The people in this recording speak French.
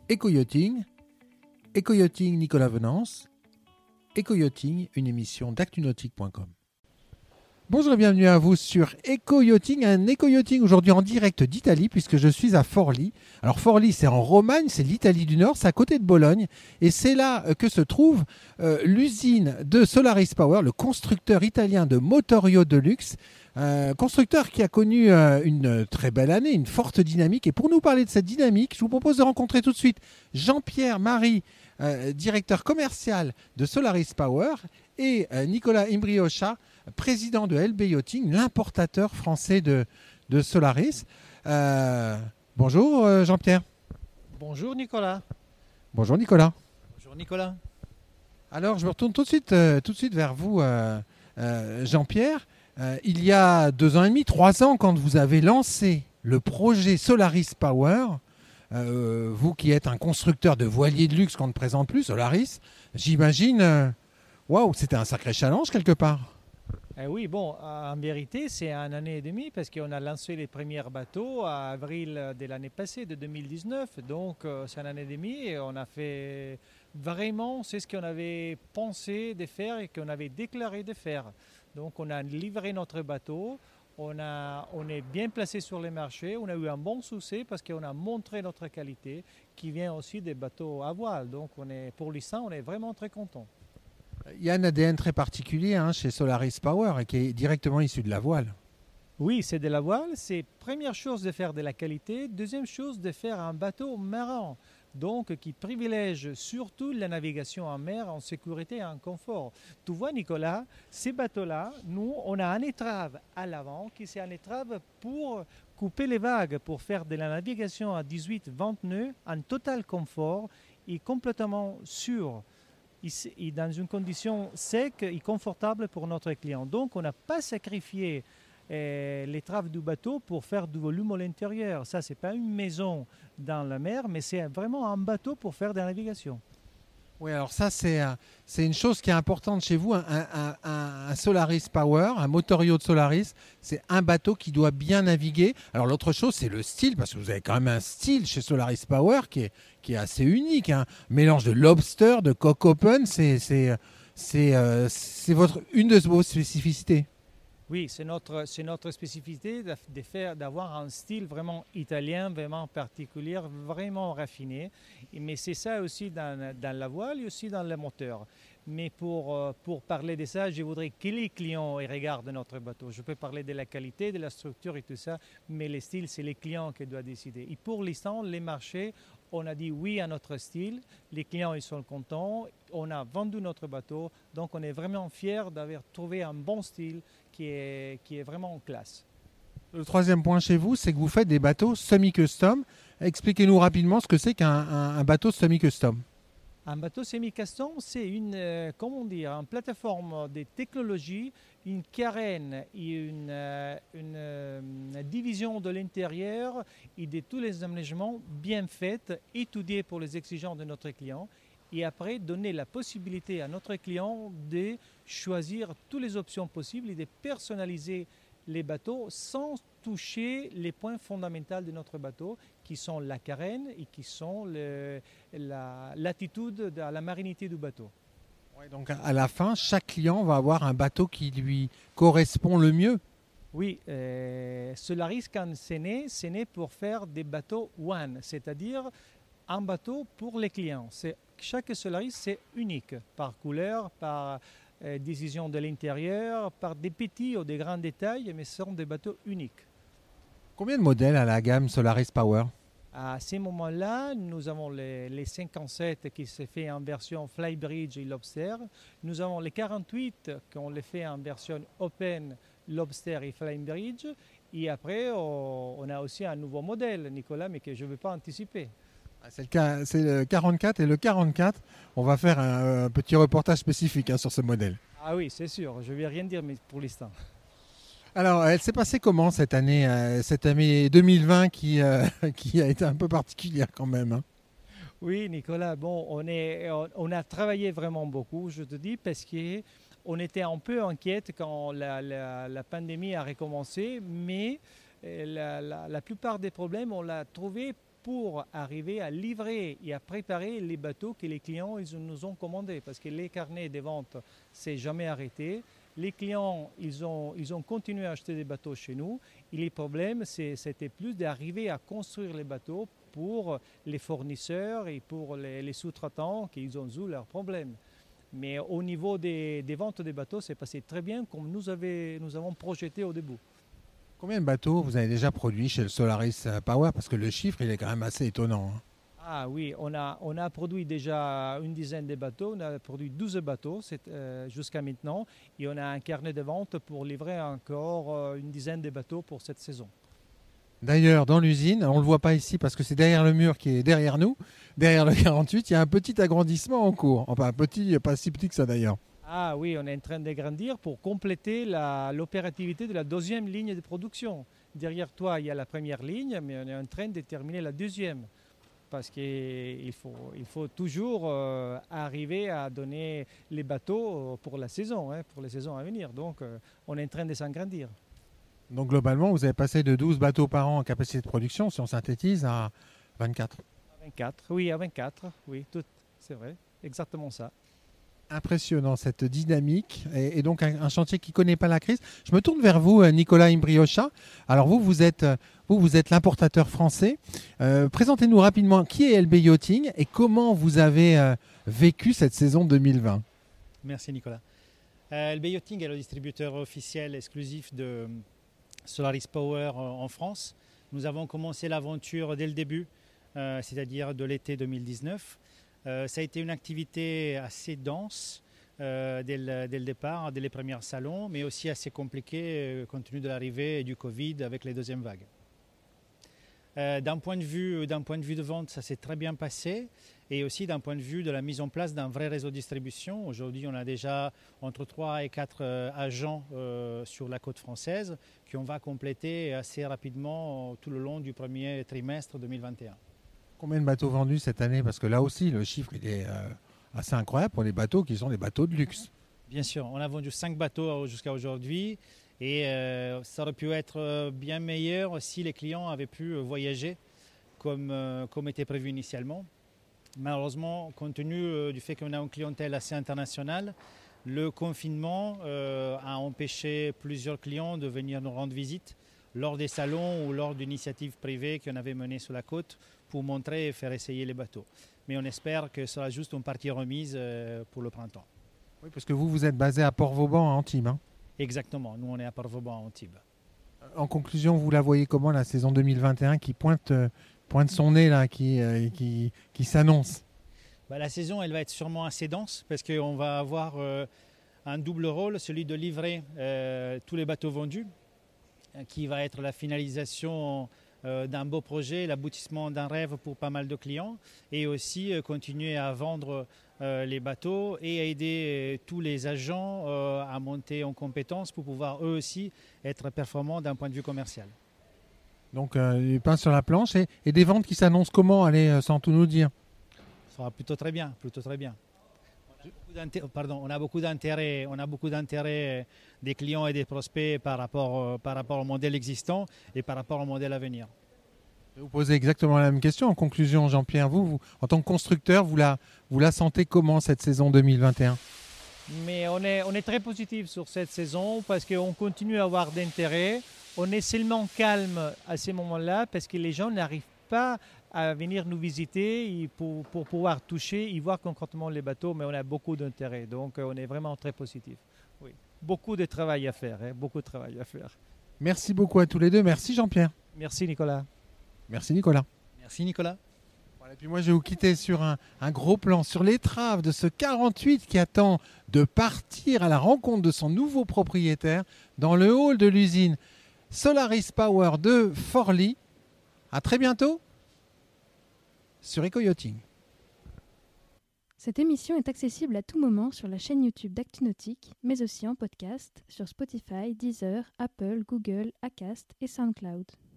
Éco-yachting, Éco-yachting Nicolas Venance, Éco-yachting, une émission d'actunautique.com. Bonjour et bienvenue à vous sur Éco-yachting, un Éco-yachting aujourd'hui en direct d'Italie puisque je suis à Forlì. Alors Forlì, c'est en Romagne, c'est l'Italie du Nord, c'est à côté de Bologne et c'est là que se trouve l'usine de Solaris Power, le constructeur italien de motorio de luxe. Constructeur qui a connu une très belle année, une forte dynamique. Et pour nous parler de cette dynamique, je vous propose de rencontrer tout de suite Jean-Pierre Marie, directeur commercial de Solaris Power, et Nicolas Imbriocha, président de LB Yachting, l'importateur français de Solaris. Bonjour Jean-Pierre. Bonjour Nicolas. Bonjour Nicolas. Bonjour Nicolas. Alors je me retourne tout de suite vers vous Jean-Pierre. Il y a 2 ans et demi, 3 ans, quand vous avez lancé le projet Solaris Power, vous qui êtes un constructeur de voiliers de luxe qu'on ne présente plus, Solaris, j'imagine, waouh, c'était un sacré challenge quelque part. Oui, bon, en vérité, c'est 1 an et demi parce qu'on a lancé les premiers bateaux à avril de l'année passée, de 2019. Donc, c'est 1 an et demi et on a fait vraiment, c'est ce qu'on avait pensé de faire et qu'on avait déclaré de faire. Donc, on a livré notre bateau, on est bien placé sur les marchés, on a eu un bon succès parce qu'on a montré notre qualité qui vient aussi des bateaux à voile. Donc, pour l'instant, on est vraiment très content. Il y a un ADN très particulier chez Solaris Power qui est directement issu de la voile. Oui, c'est de la voile. C'est première chose de faire de la qualité. Deuxième chose de faire un bateau marin. Donc, qui privilège surtout la navigation en mer en sécurité et en confort. Tu vois, Nicolas, ces bateaux-là, nous, on a un étrave à l'avant qui c'est un étrave pour couper les vagues, pour faire de la navigation à 18-20 nœuds en total confort et complètement sûr. Et dans une condition sec et confortable pour notre client. Donc, on n'a pas sacrifié l'étrave du bateau pour faire du volume à l'intérieur. Ça, ce n'est pas une maison dans la mer, mais c'est vraiment un bateau pour faire de la navigation. Oui, alors ça, c'est une chose qui est importante chez vous. Un Solaris Power, un motorio de Solaris, c'est un bateau qui doit bien naviguer. Alors l'autre chose, c'est le style, parce que vous avez quand même un style chez Solaris Power qui est assez unique. Mélange de lobster, de coq open, c'est une de vos spécificités. Oui, c'est notre spécificité d'avoir un style vraiment italien, vraiment particulier, vraiment raffiné. Mais c'est ça aussi dans la voile et aussi dans le moteur. Mais pour parler de ça, je voudrais que les clients regardent notre bateau. Je peux parler de la qualité, de la structure et tout ça, mais le style, c'est les clients qui doivent décider. Et pour l'instant, les marchés, on a dit oui à notre style. Les clients, ils sont contents. On a vendu notre bateau. Donc, on est vraiment fiers d'avoir trouvé un bon style qui est vraiment en classe. Le troisième point chez vous, c'est que vous faites des bateaux semi-custom. Expliquez-nous rapidement ce que c'est qu'un bateau semi-custom. Un bateau semi-custom, c'est une plateforme de technologie, une carène et une division de l'intérieur et de tous les aménagements bien faits, étudiés pour les exigences de notre client. Et après, donner la possibilité à notre client de choisir toutes les options possibles et de personnaliser les bateaux sans toucher les points fondamentaux de notre bateau, qui sont la carène et qui sont l'attitude, la marinité du bateau. Ouais, donc à la fin, chaque client va avoir un bateau qui lui correspond le mieux. Oui, Solaris, quand c'est né pour faire des bateaux one, c'est-à-dire un bateau pour les clients. Chaque Solaris, c'est unique, par couleur, par décision de l'intérieur, par des petits ou des grands détails, mais ce sont des bateaux uniques. Combien de modèles à la gamme Solaris Power ? À ce moment-là, nous avons les 57 qui se fait en version Flybridge et Lobster. Nous avons les 48 qu'on les fait en version Open, Lobster et Flybridge. Et après, on a aussi un nouveau modèle, Nicolas, mais que je ne veux pas anticiper. C'est le 44 et le 44, on va faire un petit reportage spécifique sur ce modèle. Ah oui, c'est sûr, je ne vais rien dire mais pour l'instant. Alors, elle s'est passée comment cette année 2020 qui a été un peu particulière quand même Oui, Nicolas, bon, on a travaillé vraiment beaucoup, je te dis, parce qu'on était un peu inquiète quand la pandémie a recommencé, mais la plupart des problèmes, on l'a trouvé pour arriver à livrer et à préparer les bateaux que les clients ils nous ont commandés. Parce que les carnets de vente ne s'est jamais arrêté. Les clients, ils ont continué à acheter des bateaux chez nous. Et les problèmes, c'était plus d'arriver à construire les bateaux pour les fournisseurs et pour les sous-traitants qui ont eu leurs problèmes. Mais au niveau des ventes des bateaux, c'est passé très bien comme nous avons projeté au début. Combien de bateaux vous avez déjà produits chez le Solaris Power? Parce que le chiffre, il est quand même assez étonnant. Ah oui, on a produit déjà une dizaine de bateaux, on a produit 12 bateaux jusqu'à maintenant et on a un carnet de vente pour livrer encore une dizaine de bateaux pour cette saison. D'ailleurs, dans l'usine, on ne le voit pas ici parce que c'est derrière le mur qui est derrière nous, derrière le 48, il y a un petit agrandissement en cours. Enfin, un petit, pas si petit que ça d'ailleurs. Ah oui, on est en train d'agrandir pour compléter l'opérativité de la deuxième ligne de production. Derrière toi, il y a la première ligne, mais on est en train de terminer la deuxième. Parce qu'il faut toujours arriver à donner les bateaux pour la saison, pour les saisons à venir. Donc, on est en train de s'agrandir. Donc, globalement, vous avez passé de 12 bateaux par an en capacité de production, si on synthétise, à 24. À 24, oui, à 24, oui, c'est vrai, exactement ça. Impressionnant cette dynamique et donc un chantier qui ne connaît pas la crise. Je me tourne vers vous, Nicolas Imbriocha. Alors vous êtes l'importateur français. Présentez-nous rapidement qui est LB Yachting et comment vous avez vécu cette saison 2020. Merci Nicolas. LB Yachting est le distributeur officiel exclusif de Solaris Power en France. Nous avons commencé l'aventure dès le début, c'est-à-dire de l'été 2019. Ça a été une activité assez dense dès le départ, dès les premiers salons, mais aussi assez compliquée compte tenu de l'arrivée du Covid avec les deuxièmes vagues. D'un point de vue de vente, ça s'est très bien passé et aussi d'un point de vue de la mise en place d'un vrai réseau de distribution. Aujourd'hui, on a déjà entre 3 et 4 agents sur la côte française qu'on va compléter assez rapidement tout le long du premier trimestre 2021. Combien de bateaux vendus cette année? Parce que là aussi, le chiffre il est assez incroyable pour les bateaux qui sont des bateaux de luxe. Bien sûr, on a vendu 5 bateaux jusqu'à aujourd'hui et ça aurait pu être bien meilleur si les clients avaient pu voyager comme était prévu initialement. Malheureusement, compte tenu du fait qu'on a une clientèle assez internationale, le confinement a empêché plusieurs clients de venir nous rendre visite lors des salons ou lors d'initiatives privées qu'on avait menées sur la côte pour montrer et faire essayer les bateaux. Mais on espère que ce sera juste une partie remise pour le printemps. Oui, parce que vous êtes basé à Port-Vauban, à Antibes. Hein. Exactement, nous on est à Port-Vauban, à Antibes. En conclusion, vous la voyez comment la saison 2021 qui pointe son nez là, qui s'annonce? La saison, elle va être sûrement assez dense parce qu'on va avoir un double rôle, celui de livrer tous les bateaux vendus, qui va être la finalisation d'un beau projet, l'aboutissement d'un rêve pour pas mal de clients et aussi continuer à vendre les bateaux et à aider tous les agents à monter en compétences pour pouvoir eux aussi être performants d'un point de vue commercial. Donc du pain sur la planche et des ventes qui s'annoncent comment? Allez, sans tout nous dire. Ça sera plutôt très bien, plutôt très bien. On a beaucoup d'intérêt des clients et des prospects par rapport au modèle existant et par rapport au modèle à venir. Je vais vous poser exactement la même question. En conclusion, Jean-Pierre, vous en tant que constructeur, vous la sentez comment cette saison 2021? Mais on est très positif sur cette saison parce qu'on continue à avoir d'intérêt. On est seulement calme à ces moments-là parce que les gens n'arrivent pas à venir nous visiter pour pouvoir toucher et voir concrètement les bateaux, mais on a beaucoup d'intérêt. Donc on est vraiment très positif. Oui. Beaucoup de travail à faire, beaucoup de travail à faire. Merci beaucoup à tous les deux. Merci Jean-Pierre. Merci Nicolas. Merci Nicolas. Merci Nicolas. Voilà, et puis moi je vais vous quitter sur un gros plan sur l'étrave de ce 48 qui attend de partir à la rencontre de son nouveau propriétaire dans le hall de l'usine Solaris Power de Forlì. À très bientôt sur Eco-Yachting. Cette émission est accessible à tout moment sur la chaîne YouTube d'ActuNautique, mais aussi en podcast sur Spotify, Deezer, Apple, Google, Acast et SoundCloud.